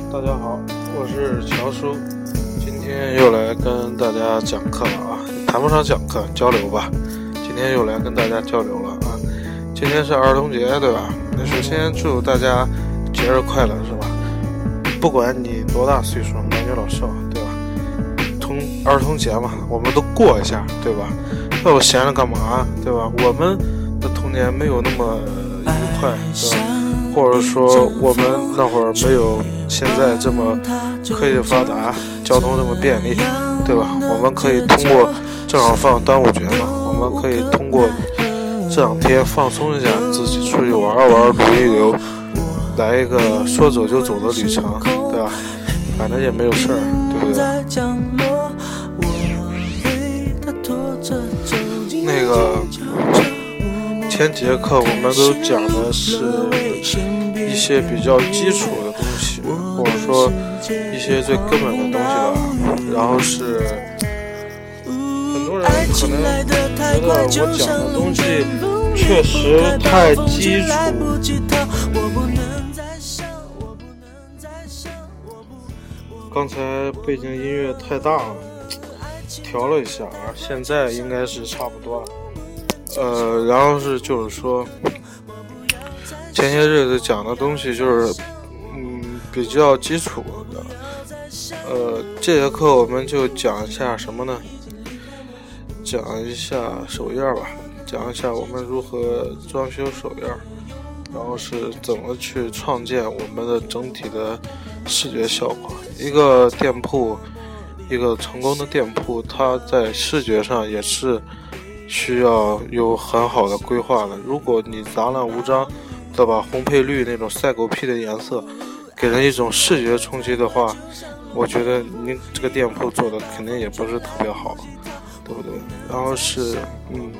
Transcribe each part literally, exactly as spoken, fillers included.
大家好，我是乔叔，今天又来跟大家讲课了啊，谈不上讲课，交流吧。今天又来跟大家交流了啊。今天是儿童节，对吧？那首先祝大家节日快乐，是吧？不管你多大岁数，男女老少，对吧？童儿童节嘛，我们都过一下，对吧？要不闲着干嘛，对吧？我们的童年没有那么愉快，对吧？或者说我们那会儿没有现在这么科技发达，交通这么便利，对吧？我们可以通过正好放端午节嘛，我们可以通过这两天放松一下自己，出去玩玩旅一游，来一个说走就走的旅程，对吧？反正也没有事儿，对不对？那个前几节课我们都讲的是一些比较基础的东西，或者说一些最根本的东西吧。然后是很多人可能觉得我讲的东西确实太基础，刚才背景音乐太大了，调了一下，现在应该是差不多了。呃，然后是就是说，前些日子讲的东西就是，嗯，比较基础的。呃，这节课我们就讲一下什么呢？讲一下手页吧，讲一下我们如何装修手页，然后是怎么去创建我们的整体的视觉效果。一个店铺，一个成功的店铺，它在视觉上也是需要有很好的规划的。如果你杂乱无章的把红配绿那种赛狗屁的颜色给人一种视觉冲击的话，我觉得你这个店铺做的肯定也不是特别好，对不对？然后是嗯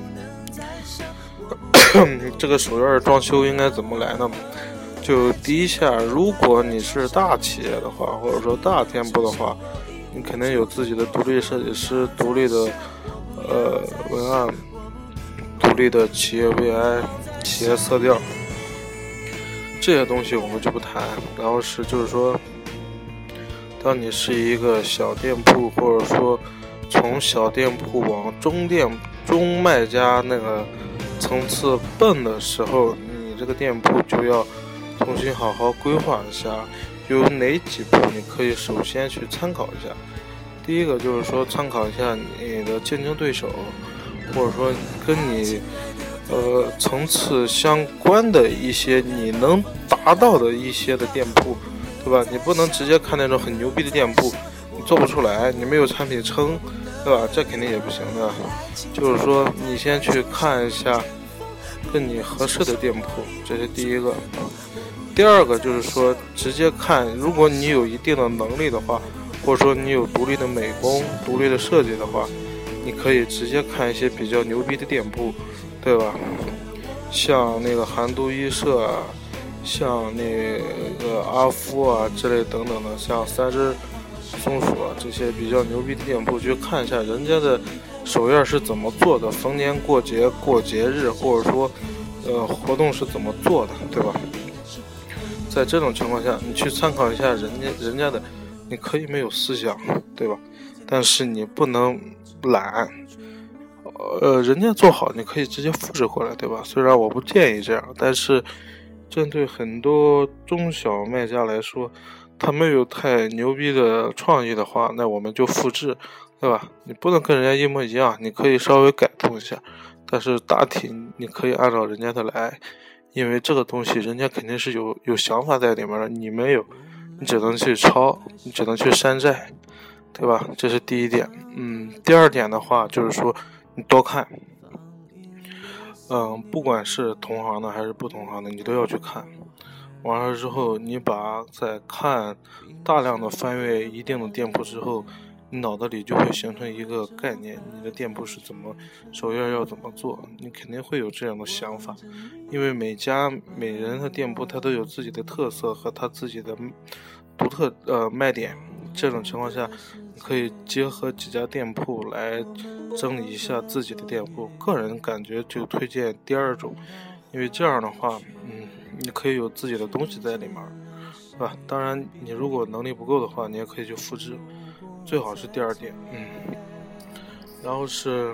这个手页装修应该怎么来呢？就第一下，如果你是大企业的话，或者说大店铺的话，你肯定有自己的独立设计师，独立的呃文案，独立的企业 V I， 企业色调，这些东西我们就不谈。然后是就是说，当你是一个小店铺，或者说从小店铺往中店中卖家那个层次奔的时候，你这个店铺就要重新好好规划一下，有哪几步你可以首先去参考一下。第一个就是说参考一下你的竞争对手，或者说跟你呃层次相关的一些你能达到的一些的店铺，对吧？你不能直接看那种很牛逼的店铺，你做不出来，你没有产品撑，对吧？这肯定也不行的。就是说你先去看一下跟你合适的店铺，这是第一个。第二个就是说直接看，如果你有一定的能力的话，或者说你有独立的美工、独立的设计的话，你可以直接看一些比较牛逼的店铺，对吧？像那个韩都衣舍啊，像那个阿夫啊之类等等的，像三只松鼠啊这些比较牛逼的店铺，去看一下人家的手页是怎么做的，逢年过节、过节日或者说呃活动是怎么做的，对吧？在这种情况下，你去参考一下人家人家的，你可以没有思想，对吧？但是你不能懒，呃，人家做好，你可以直接复制过来，对吧？虽然我不建议这样，但是针对很多中小卖家来说，他没有太牛逼的创意的话，那我们就复制，对吧？你不能跟人家一模一样，你可以稍微改动一下，但是大体你可以按照人家的来。因为这个东西人家肯定是有有想法在里面的，你没有，你只能去抄，你只能去山寨，对吧？这是第一点。嗯，第二点的话就是说你多看，嗯，不管是同行的还是不同行的，你都要去看。完了之后，你把在看大量的翻阅一定的店铺之后，你脑子里就会形成一个概念，你的店铺是怎么首页要怎么做，你肯定会有这样的想法。因为每家每人的店铺它都有自己的特色和他自己的独特呃卖点，这种情况下你可以结合几家店铺来整理一下自己的店铺。个人感觉就推荐第二种，因为这样的话嗯，你可以有自己的东西在里面。 对吧？当然你如果能力不够的话，你也可以去复制，最好是第二点。嗯，然后是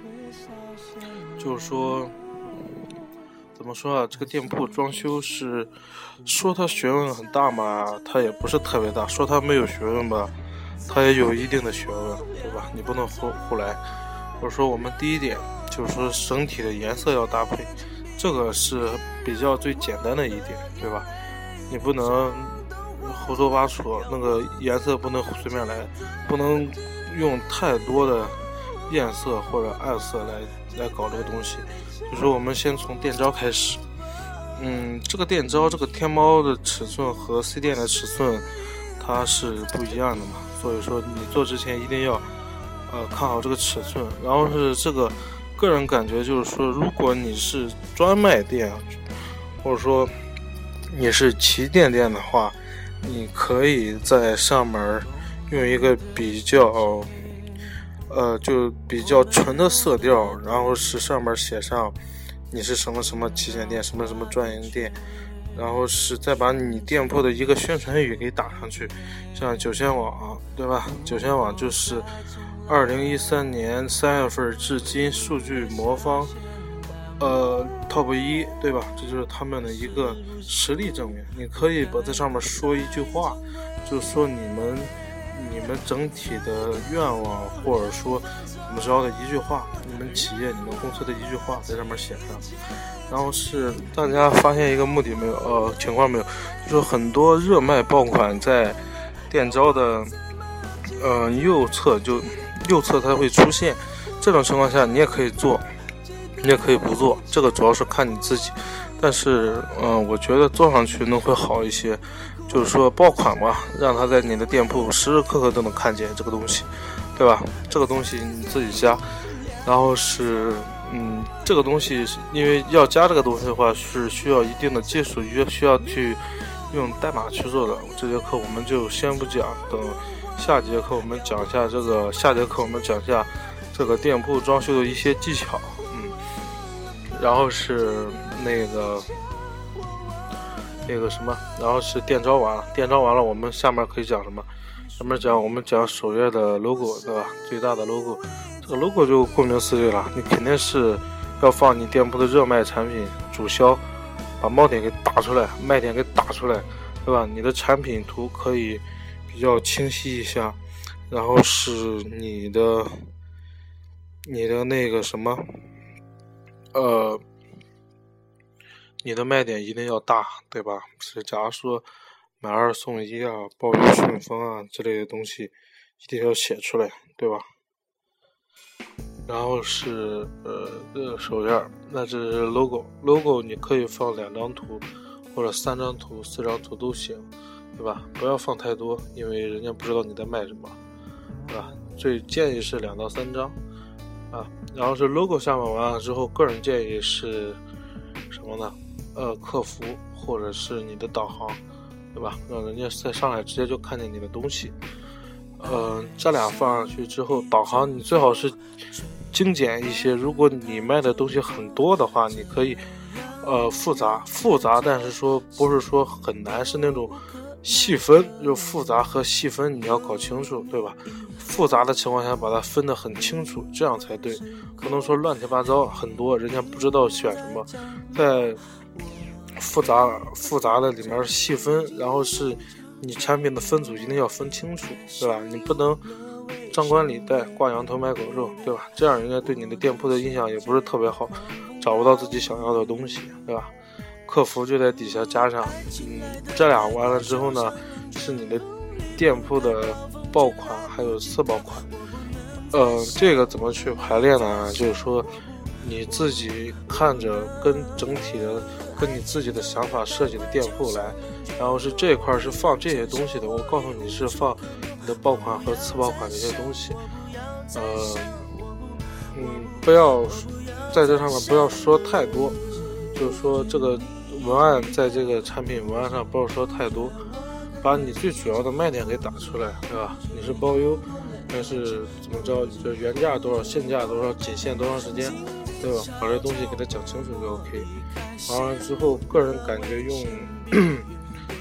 就是说怎么说啊，这个店铺装修是说它学问很大嘛，它也不是特别大；说它没有学问吧，它也有一定的学问，对吧？你不能胡胡来。或者说我们第一点就是说整体的颜色要搭配，这个是比较最简单的一点，对吧？你不能胡说八道，那个颜色不能随便来，不能用太多的艳色或者暗色来来搞这个东西。就是说我们先从店招开始，嗯，这个店招这个天猫的尺寸和 C 店的尺寸它是不一样的嘛，所以说你做之前一定要呃看好这个尺寸。然后是这个个人感觉就是说，如果你是专卖店或者说你是旗舰店的话，你可以在上面用一个比较呃就比较纯的色调，然后是上面写上你是什么什么旗舰店，什么什么专营店，然后是再把你店铺的一个宣传语给打上去，像九仙网，对吧？九仙网就是二零一三年三月份至今数据魔方呃 top 一，对吧？这就是他们的一个实力证明。你可以把在上面说一句话，就说你们你们整体的愿望，或者说怎么着的一句话，你们企业你们公司的一句话在上面写上。然后是大家发现一个目的没有呃情况没有，就是很多热卖爆款在店招的呃右侧就右侧它会出现，这种情况下你也可以做，你也可以不做，这个主要是看你自己。但是嗯、呃，我觉得做上去能会好一些，就是说爆款嘛，让他在你的店铺时时刻刻都能看见这个东西，对吧？这个东西你自己加。然后是嗯，这个东西因为要加这个东西的话是需要一定的技术，需要去用代码去做的。这节课我们就先不讲，等下节课我们讲一下这个下节课我们讲一下这个店铺装修的一些技巧。嗯，然后是那个那个什么，然后是店招完了，店招完了，我们下面可以讲什么？下面讲我们讲首页的 logo， 对吧？最大的 logo， 这个 logo 就顾名思义了，你肯定是要放你店铺的热卖产品主销，把卖点给打出来，卖点给打出来，对吧？你的产品图可以比较清晰一下，然后是你的你的那个什么，呃。你的卖点一定要大，对吧？是假如说买二送一啊、包邮顺丰啊之类的东西，一定要写出来，对吧？然后是呃呃首页，那这是 logo，logo 你可以放两张图，或者三张图、四张图都行，对吧？不要放太多，因为人家不知道你在卖什么，对吧？最建议是两到三张啊。然后是 logo 下面完了之后，个人建议是什么呢？呃，客服或者是你的导航，对吧？让人家在上海直接就看见你的东西。呃，这俩放上去之后，导航你最好是精简一些。如果你卖的东西很多的话，你可以呃复杂复杂，但是说不是说很难，是那种细分，就复杂和细分你要搞清楚，对吧？复杂的情况下把它分得很清楚，这样才对，不能说乱七八糟很多，人家不知道选什么。在复杂复杂的里面细分，然后是你产品的分组一定要分清楚，对吧？你不能张冠李戴挂羊头卖狗肉，对吧？这样人家对你的店铺的印象也不是特别好，找不到自己想要的东西，对吧？客服就在底下加上，嗯，这俩完了之后呢，是你的店铺的爆款还有次爆款。呃，这个怎么去排列呢？就是说你自己看着跟整体的跟你自己的想法设计的店铺来，然后是这一块是放这些东西的，我告诉你是放你的爆款和次爆款这些东西。呃嗯，不要在这上面不要说太多，就是说这个文案在这个产品文案上不要说太多，把你最主要的卖点给打出来，对吧？你是包邮还是怎么着，就原价多少，现价多少，仅限多长时间，对吧？把这东西给他讲清楚就 OK。完了之后个人感觉用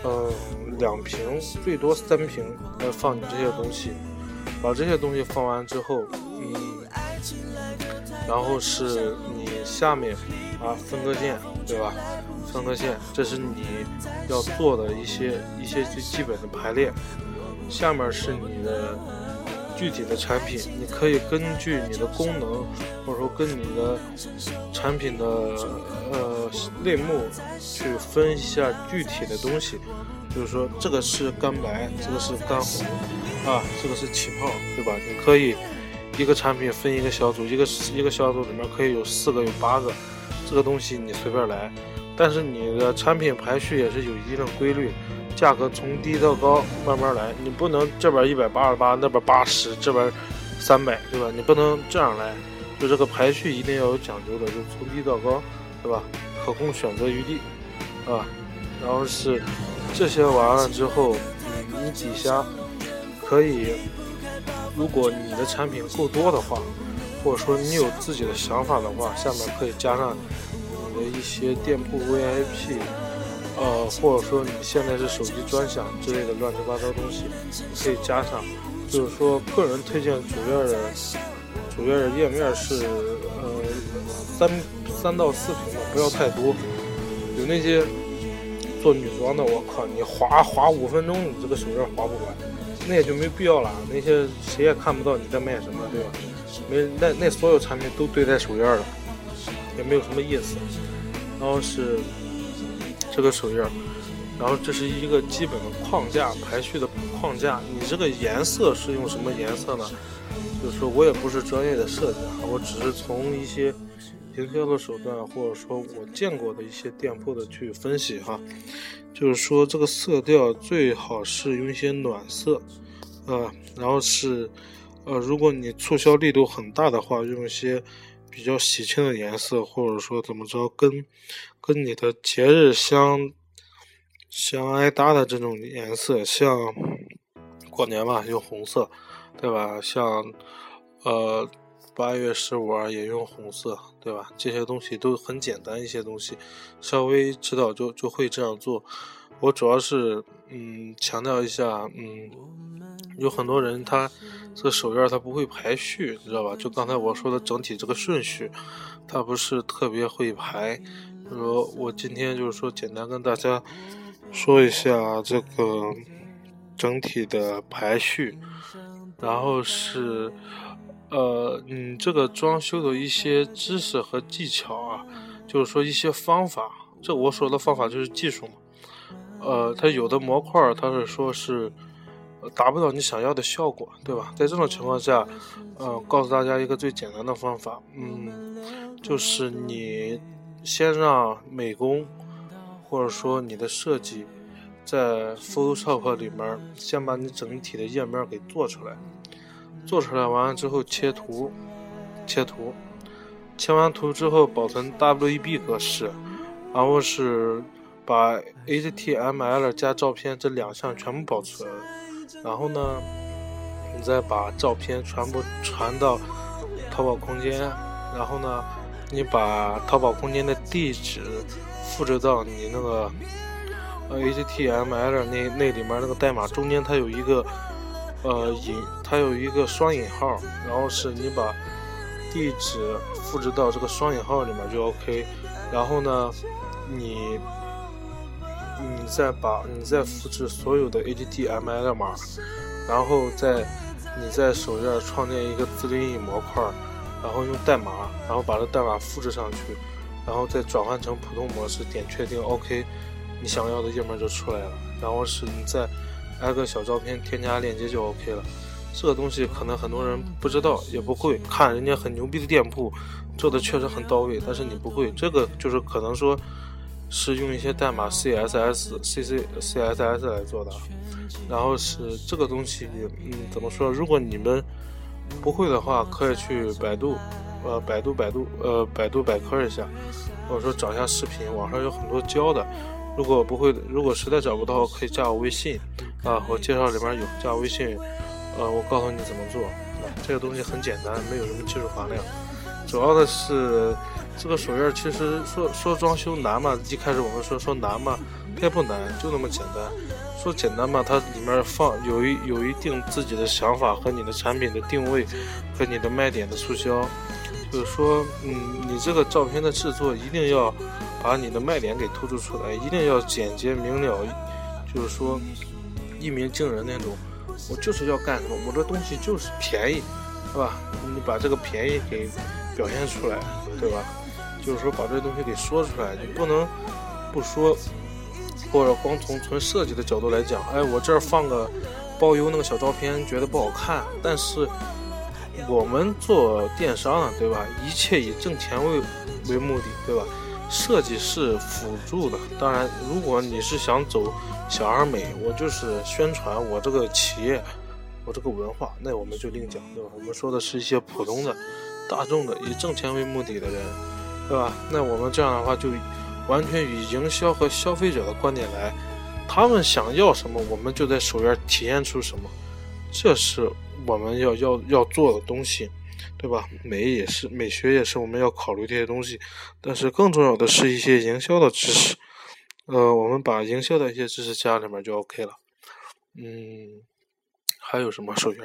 嗯两瓶最多三瓶来放你这些东西，把这些东西放完之后，嗯，然后是你下面啊分割线，对吧？分割线，这是你要做的一些一些最基本的排列。下面是你的具体的产品，你可以根据你的功能，或者说跟你的产品的呃类目去分一下具体的东西。就是说这个是干白，这个是干红啊，这个是起泡，对吧？你可以一个产品分一个小组，一个一个小组里面可以有四个有八个，这个东西你随便来。但是你的产品排序也是有一定的规律，价格从低到高慢慢来，你不能这边一百八十八，那边八十，这边三百，对吧？你不能这样来，就这个排序一定要有讲究的，就从低到高，对吧？可供选择余地啊。然后是这些完了之后，嗯，你底下可以，如果你的产品够多的话，或者说你有自己的想法的话，下面可以加上你的一些店铺 V I P， 呃，或者说你现在是手机专享之类的乱七八糟东西，可以加上。就是说，个人推荐主页的主页的页面是呃三三到四屏的，不要太多。有那些做女装的，我靠，你滑滑五分钟，你这个手页滑不完，那也就没必要了。那些谁也看不到你在卖什么，对吧？没，那那所有产品都堆在手页了，也没有什么意思。然后是这个手页，然后这是一个基本的框架，排序的框架。你这个颜色是用什么颜色呢？就是说我也不是专业的设计啊，我只是从一些营销的手段，或者说我见过的一些店铺的去分析哈。就是说这个色调最好是用一些暖色，呃，然后是呃，如果你促销力度很大的话，用一些比较喜庆的颜色，或者说怎么着跟跟你的节日相相挨搭的这种颜色，像过年嘛用红色，对吧？像呃八月十五啊也用红色，对吧？这些东西都很简单，一些东西稍微知道就就会这样做。我主要是嗯强调一下，嗯，有很多人他这个手页他不会排序，你知道吧？就刚才我说的整体这个顺序，他不是特别会排。比如说我今天就是说简单跟大家说一下这个整体的排序，然后是呃，你这个装修的一些知识和技巧啊，就是说一些方法，这我说的方法就是技术嘛。呃，它有的模块它是说是达不到你想要的效果，对吧？在这种情况下，呃，告诉大家一个最简单的方法，嗯，就是你先让美工或者说你的设计在 Photoshop 里面先把你整体的页面给做出来，做出来完了之后切图，切图，切完图之后保存 W E B 格式，然后是把 H T M L 加照片这两项全部保存，然后呢，你再把照片全部传到淘宝空间，然后呢，你把淘宝空间的地址复制到你那个呃 H T M L 那那里面那个代码中间，它有一个呃引，它有一个双引号，然后是你把地址复制到这个双引号里面就 OK， 然后呢，你你再把你再复制所有的 H T M L 码，然后再你在首页创建一个自定义模块，然后用代码，然后把这代码复制上去，然后再转换成普通模式，点确定 OK， 你想要的页面就出来了。然后是你再挨个小照片添加链接就 OK 了。这个东西可能很多人不知道也不会，看人家很牛逼的店铺做的确实很到位，但是你不会，这个就是可能说是用一些代码 C S S C C C S S 来做的。然后是这个东西嗯怎么说，如果你们不会的话可以去百度呃百度百度呃百度百科一下，或者说找一下视频，网上有很多教的。如果不会，如果实在找不到可以加我微信啊，我介绍里面有，加我微信呃我告诉你怎么做啊，这个东西很简单，没有什么技术含量。主要的是这个手页其实说说装修难嘛，一开始我们说说难嘛， 它也不难，就那么简单。说简单嘛，它里面放有一有一定自己的想法和你的产品的定位和你的卖点的促销。就是说，嗯，你这个照片的制作一定要把你的卖点给突出出来，一定要简洁明了，就是说一鸣惊人那种。我就是要干什么，我这东西就是便宜，是吧？你把这个便宜给表现出来，对吧？就是说把这东西给说出来，你不能不说，或者光从纯设计的角度来讲，哎，我这儿放个包邮那个小照片觉得不好看，但是我们做电商啊，对吧？一切以挣钱为为目的，对吧？设计是辅助的，当然如果你是想走小而美，我就是宣传我这个企业我这个文化，那我们就另讲，对吧？我们说的是一些普通的大众的以挣钱为目的的人，对吧？那我们这样的话就完全与营销和消费者的观点来，他们想要什么，我们就在首页体验出什么，这是我们要要要做的东西，对吧？美也是，美学也是我们要考虑这些东西，但是更重要的是一些营销的知识，呃，我们把营销的一些知识加里面就 OK 了。嗯，还有什么首页？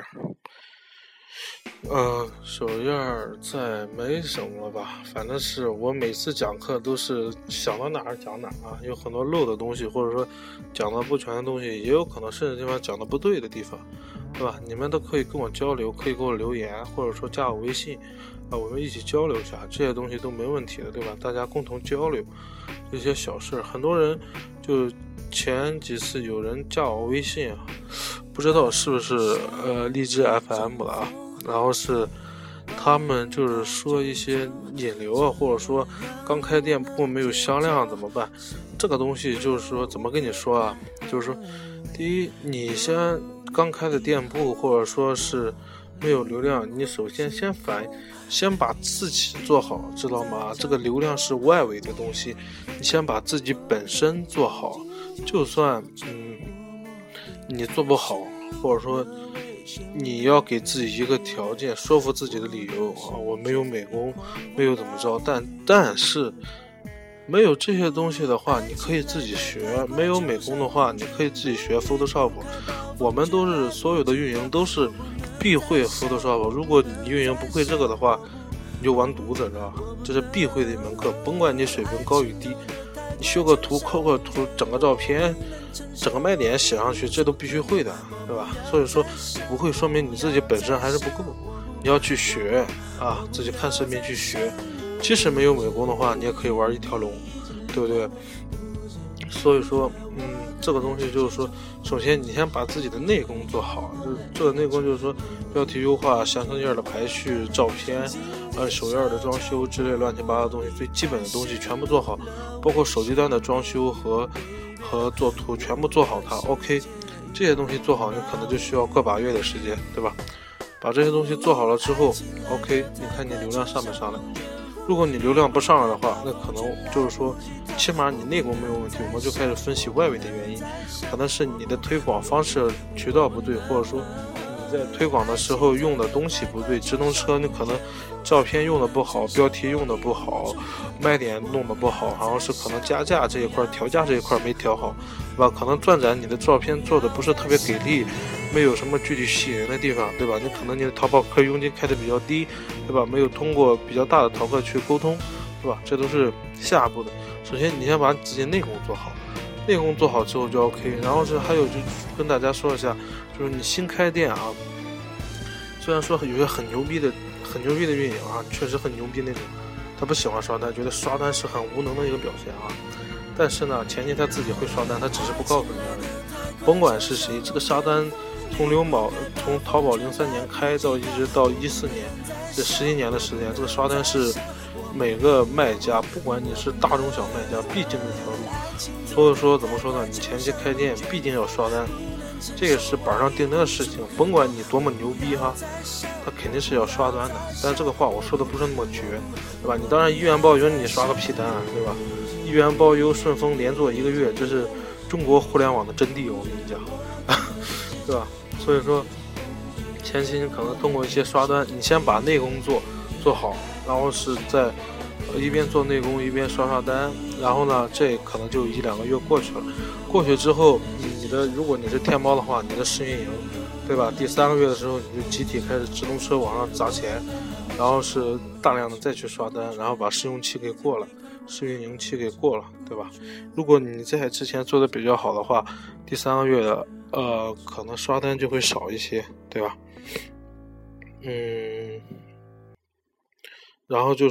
呃，首页再没什么吧，反正是我每次讲课都是想到哪儿讲哪儿啊，有很多漏的东西，或者说讲的不全的东西，也有可能甚至地方讲的不对的地方，对吧？你们都可以跟我交流，可以给我留言，或者说加我微信啊，我们一起交流一下，这些东西都没问题的，对吧？大家共同交流这些小事。很多人就前几次有人加我微信啊，不知道是不是呃荔枝 F M 了啊，然后是他们就是说一些引流啊，或者说刚开店铺没有销量怎么办？这个东西就是说怎么跟你说啊？就是说，第一，你先刚开的店铺或者说是没有流量，你首先先反先把自己做好，知道吗？这个流量是外围的东西，你先把自己本身做好，就算嗯你做不好，或者说你要给自己一个条件，说服自己的理由啊，我没有美工，没有怎么着，但但是没有这些东西的话，你可以自己学；没有美工的话，你可以自己学 Photoshop。我们都是所有的运营都是必会 Photoshop。如果你运营不会这个的话，你就完犊子，知道吧？这是必会的一门课，甭管你水平高与低，你修个图、扣个图、整个照片、整个卖点写上去，这都必须会的，对吧？所以说不会说明你自己本身还是不够，你要去学啊，自己看视频去学。即使没有美工的话，你也可以玩一条龙，对不对？所以说，嗯，这个东西就是说，首先你先把自己的内功做好，就是这个内功就是说，标题优化、详情页的排序、照片、呃首页的装修之类乱七八糟的东西，最基本的东西全部做好，包括手机端的装修和和做图全部做好它 ，OK， 这些东西做好，你可能就需要个把月的时间，对吧？把这些东西做好了之后 ，OK， 你看你流量上没上来？如果你流量不上来的话，那可能就是说，起码你内功没有问题，我们就开始分析外围的原因，可能是你的推广方式渠道不对，或者说你在推广的时候用的东西不对，直通车你可能照片用的不好，标题用的不好，卖点弄的不好，然后是可能加价这一块、调价这一块没调好，对吧？可能钻展你的照片做的不是特别给力，没有什么具体吸引人的地方，对吧？你可能你的淘宝客佣金开的比较低，对吧？没有通过比较大的淘客去沟通，对吧？这都是下一步的。首先你先把自己内功做好，内功做好之后就 OK。然后是还有就跟大家说一下，就是你新开店啊，虽然说有些很牛逼的、很牛逼的运营啊，确实很牛逼那种，他不喜欢刷单，觉得刷单是很无能的一个表现啊。但是呢，前提他自己会刷单，他只是不告诉你而已。甭管是谁，这个刷单从刘某从淘宝零三年开到一直到一四年，这十一年的时间，这个刷单是每个卖家，不管你是大中小卖家必经的一条路。所以说怎么说呢？你前期开店必定要刷单，这个是板上钉钉的事情。甭管你多么牛逼哈，他肯定是要刷单的。但这个话我说的不是那么绝，对吧？你当然一元包邮你刷个屁单，对吧？一元包邮顺丰连做一个月，这是中国互联网的真谛，我跟你讲，对吧？所以说前期你可能通过一些刷单，你先把内功做做好，然后是在一边做内功一边刷刷单，然后呢，这可能就一两个月过去了。过去之后，你的如果你是天猫的话，你的试运营，对吧？第三个月的时候，你就集体开始直通车往上砸钱，然后是大量的再去刷单，然后把试用期给过了，试运营期给过了，对吧？如果你在之前做的比较好的话，第三个月的呃可能刷单就会少一些，对吧？嗯，然后就是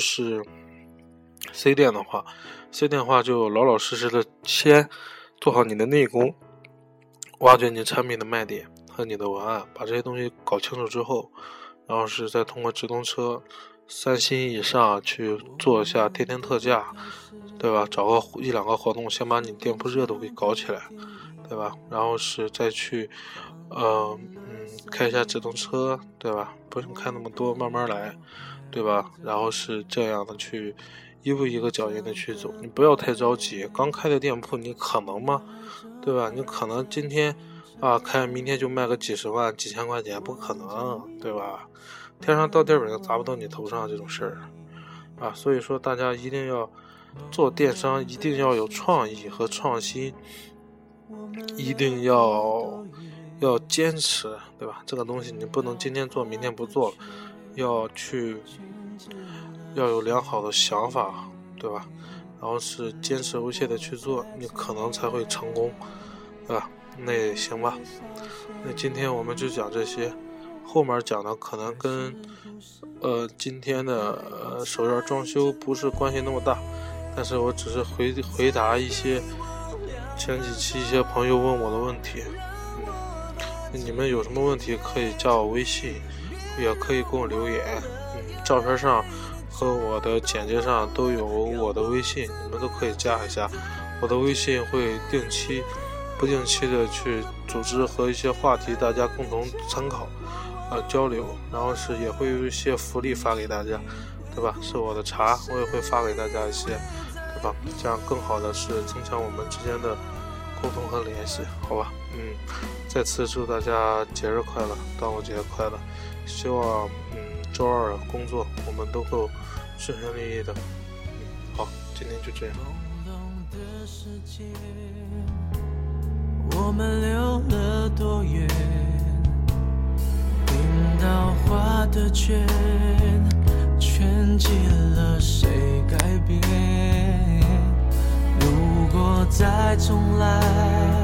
C 店的话 C 店的话就老老实实的先做好你的内功，挖掘你产品的卖点和你的文案，把这些东西搞清楚之后，然后是再通过直通车三星以上去做一下天天特价，对吧？找个一两个活动先把你店铺热度给搞起来，对吧？然后是再去呃嗯开一下直通车，对吧？不用开那么多，慢慢来，对吧？然后是这样的去一步一个脚印的去走，你不要太着急。刚开的店铺你可能吗？对吧？你可能今天啊开，明天就卖个几十万几千块钱，不可能，对吧？天上掉地板砸不到你头上这种事儿啊，所以说大家一定要做电商，一定要有创意和创新，一定要要坚持，对吧？这个东西你不能今天做明天不做了，要去要有良好的想法，对吧？然后是坚持不懈的去做，你可能才会成功，对吧？那也行吧，那今天我们就讲这些，后面讲的可能跟呃今天的呃首页装修不是关系那么大，但是我只是回回答一些前几期一些朋友问我的问题。嗯，你们有什么问题可以加我微信，也可以给我留言。嗯，照片上和我的简介上都有我的微信，你们都可以加一下。我的微信会定期不定期的去组织和一些话题大家共同参考呃交流，然后是也会有一些福利发给大家，对吧？是我的茶我也会发给大家一些，对吧？这样更好的是增强我们之间的沟通和联系，好吧？嗯，再次祝大家节日快乐，端午节快乐，希望嗯周二工作我们都够顺顺利利的。嗯，好，今天就这样。 我们溜了多远，冰岛画的圈圈起了谁改变，如果再重来